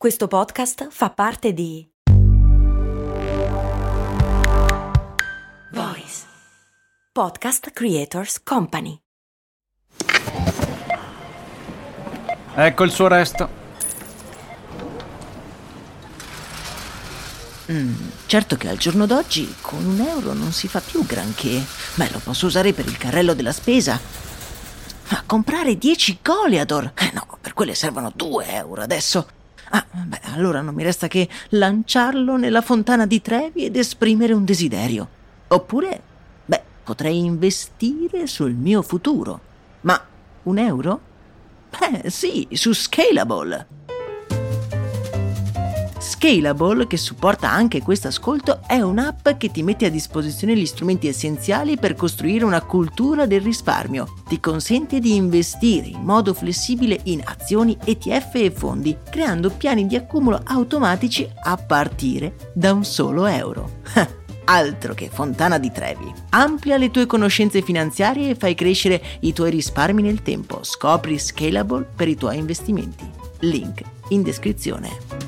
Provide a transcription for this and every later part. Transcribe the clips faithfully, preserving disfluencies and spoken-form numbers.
Questo podcast fa parte di Voice Podcast Creators Company. Ecco il suo resto. Mm, certo che al giorno d'oggi con un euro non si fa più granché. Beh, lo posso usare per il carrello della spesa. Ma comprare dieci Goliador? Eh no, per quelle servono due euro adesso. Ah, beh, allora non mi resta che lanciarlo nella fontana di Trevi ed esprimere un desiderio. Oppure, beh, potrei investire sul mio futuro. Ma un euro? Beh, sì, su Scalable. Scalable, che supporta anche questo ascolto, è un'app che ti mette a disposizione gli strumenti essenziali per costruire una cultura del risparmio. Ti consente di investire in modo flessibile in azioni, E T F e fondi, creando piani di accumulo automatici a partire da un solo euro. Altro che fontana di Trevi. Amplia le tue conoscenze finanziarie e fai crescere i tuoi risparmi nel tempo. Scopri Scalable per i tuoi investimenti. Link in descrizione.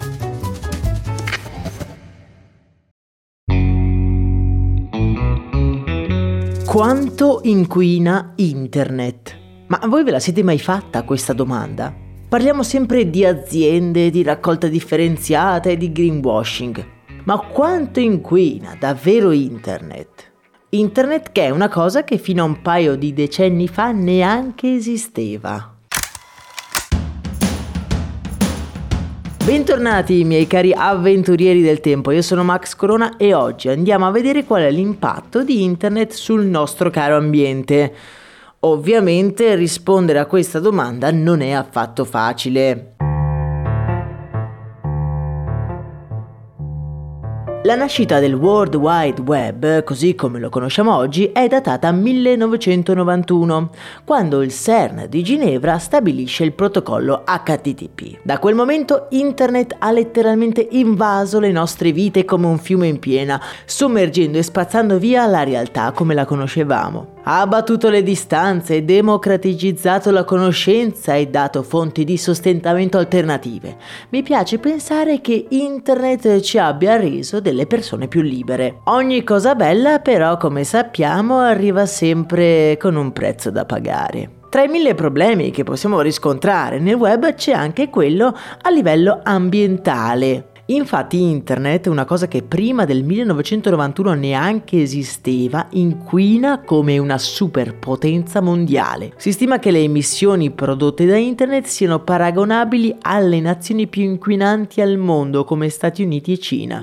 Quanto inquina internet? Ma voi ve la siete mai fatta questa domanda? Parliamo sempre di aziende, di raccolta differenziata e di greenwashing. Ma quanto inquina davvero internet? Internet che è una cosa che fino a un paio di decenni fa neanche esisteva. Bentornati miei cari avventurieri del tempo, io sono Max Corona e oggi andiamo a vedere qual è l'impatto di internet sul nostro caro ambiente. Ovviamente rispondere a questa domanda non è affatto facile. La nascita del World Wide Web, così come lo conosciamo oggi, è datata millenovecentonovantuno, quando il CERN di Ginevra stabilisce il protocollo H T T P. Da quel momento internet ha letteralmente invaso le nostre vite come un fiume in piena, sommergendo e spazzando via la realtà come la conoscevamo. Ha abbattuto le distanze, democraticizzato la conoscenza e dato fonti di sostentamento alternative. Mi piace pensare che internet ci abbia reso delle persone più libere. Ogni cosa bella però, come sappiamo, arriva sempre con un prezzo da pagare. Tra i mille problemi che possiamo riscontrare nel web c'è anche quello a livello ambientale. Infatti internet, una cosa che prima del millenovecentonovantuno neanche esisteva, inquina come una superpotenza mondiale. Si stima che le emissioni prodotte da internet siano paragonabili alle nazioni più inquinanti al mondo come Stati Uniti e Cina.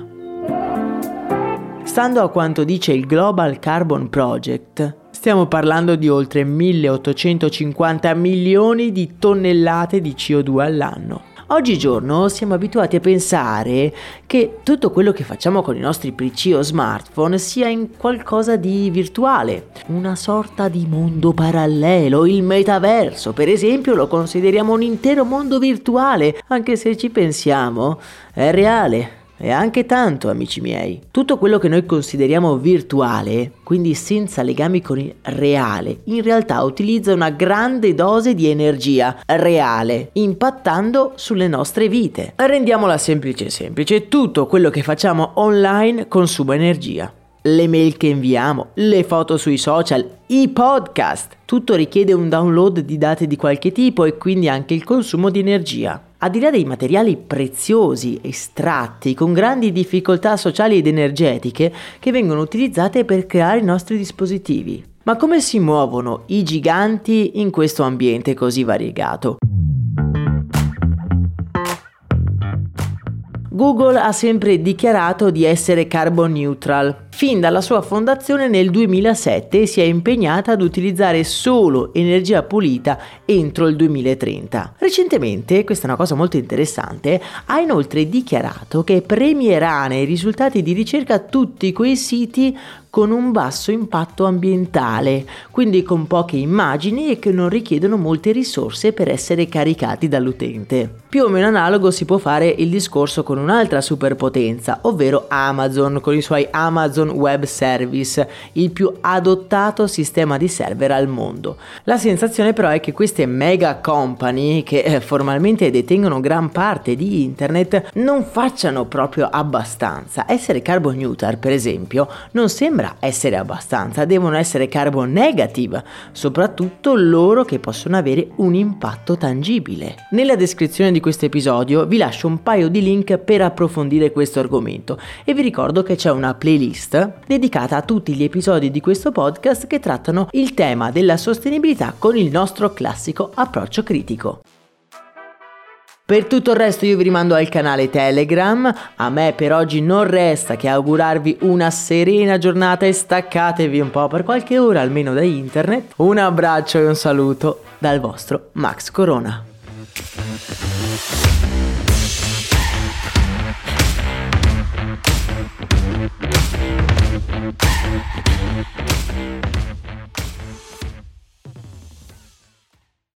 Stando a quanto dice il Global Carbon Project, stiamo parlando di oltre milleottocentocinquanta milioni di tonnellate di C O due all'anno. Oggigiorno siamo abituati a pensare che tutto quello che facciamo con i nostri P C o smartphone sia in qualcosa di virtuale, una sorta di mondo parallelo, il metaverso per esempio lo consideriamo un intero mondo virtuale, anche se ci pensiamo è reale. E anche tanto, amici miei. Tutto quello che noi consideriamo virtuale, quindi senza legami con il reale, in realtà utilizza una grande dose di energia reale, impattando sulle nostre vite. Rendiamola semplice semplice, tutto quello che facciamo online consuma energia. Le mail che inviamo, le foto sui social, i podcast, tutto richiede un download di dati di qualche tipo e quindi anche il consumo di energia. Al di là dei materiali preziosi, estratti, con grandi difficoltà sociali ed energetiche che vengono utilizzate per creare i nostri dispositivi. Ma come si muovono i giganti in questo ambiente così variegato? Google ha sempre dichiarato di essere carbon neutral. Fin dalla sua fondazione nel duemilasette si è impegnata ad utilizzare solo energia pulita entro il duemilatrenta. Recentemente, questa è una cosa molto interessante, ha inoltre dichiarato che premierà nei risultati di ricerca tutti quei siti con un basso impatto ambientale, quindi con poche immagini e che non richiedono molte risorse per essere caricati dall'utente. Più o meno analogo si può fare il discorso con un'altra superpotenza, ovvero Amazon con i suoi Amazon Web Service, il più adottato sistema di server al mondo. La sensazione però è che queste mega company, che eh, formalmente detengono gran parte di internet, non facciano proprio abbastanza. Essere carbon neutral, per esempio, non sembra essere abbastanza, devono essere carbon negative, soprattutto loro che possono avere un impatto tangibile. Nella descrizione di questo episodio vi lascio un paio di link per approfondire questo argomento e vi ricordo che c'è una playlist dedicata a tutti gli episodi di questo podcast che trattano il tema della sostenibilità con il nostro classico approccio critico. Per tutto il resto io vi rimando al canale Telegram. A me per oggi non resta che augurarvi una serena giornata e staccatevi un po' per qualche ora almeno da internet. Un abbraccio e un saluto dal vostro Max Corona.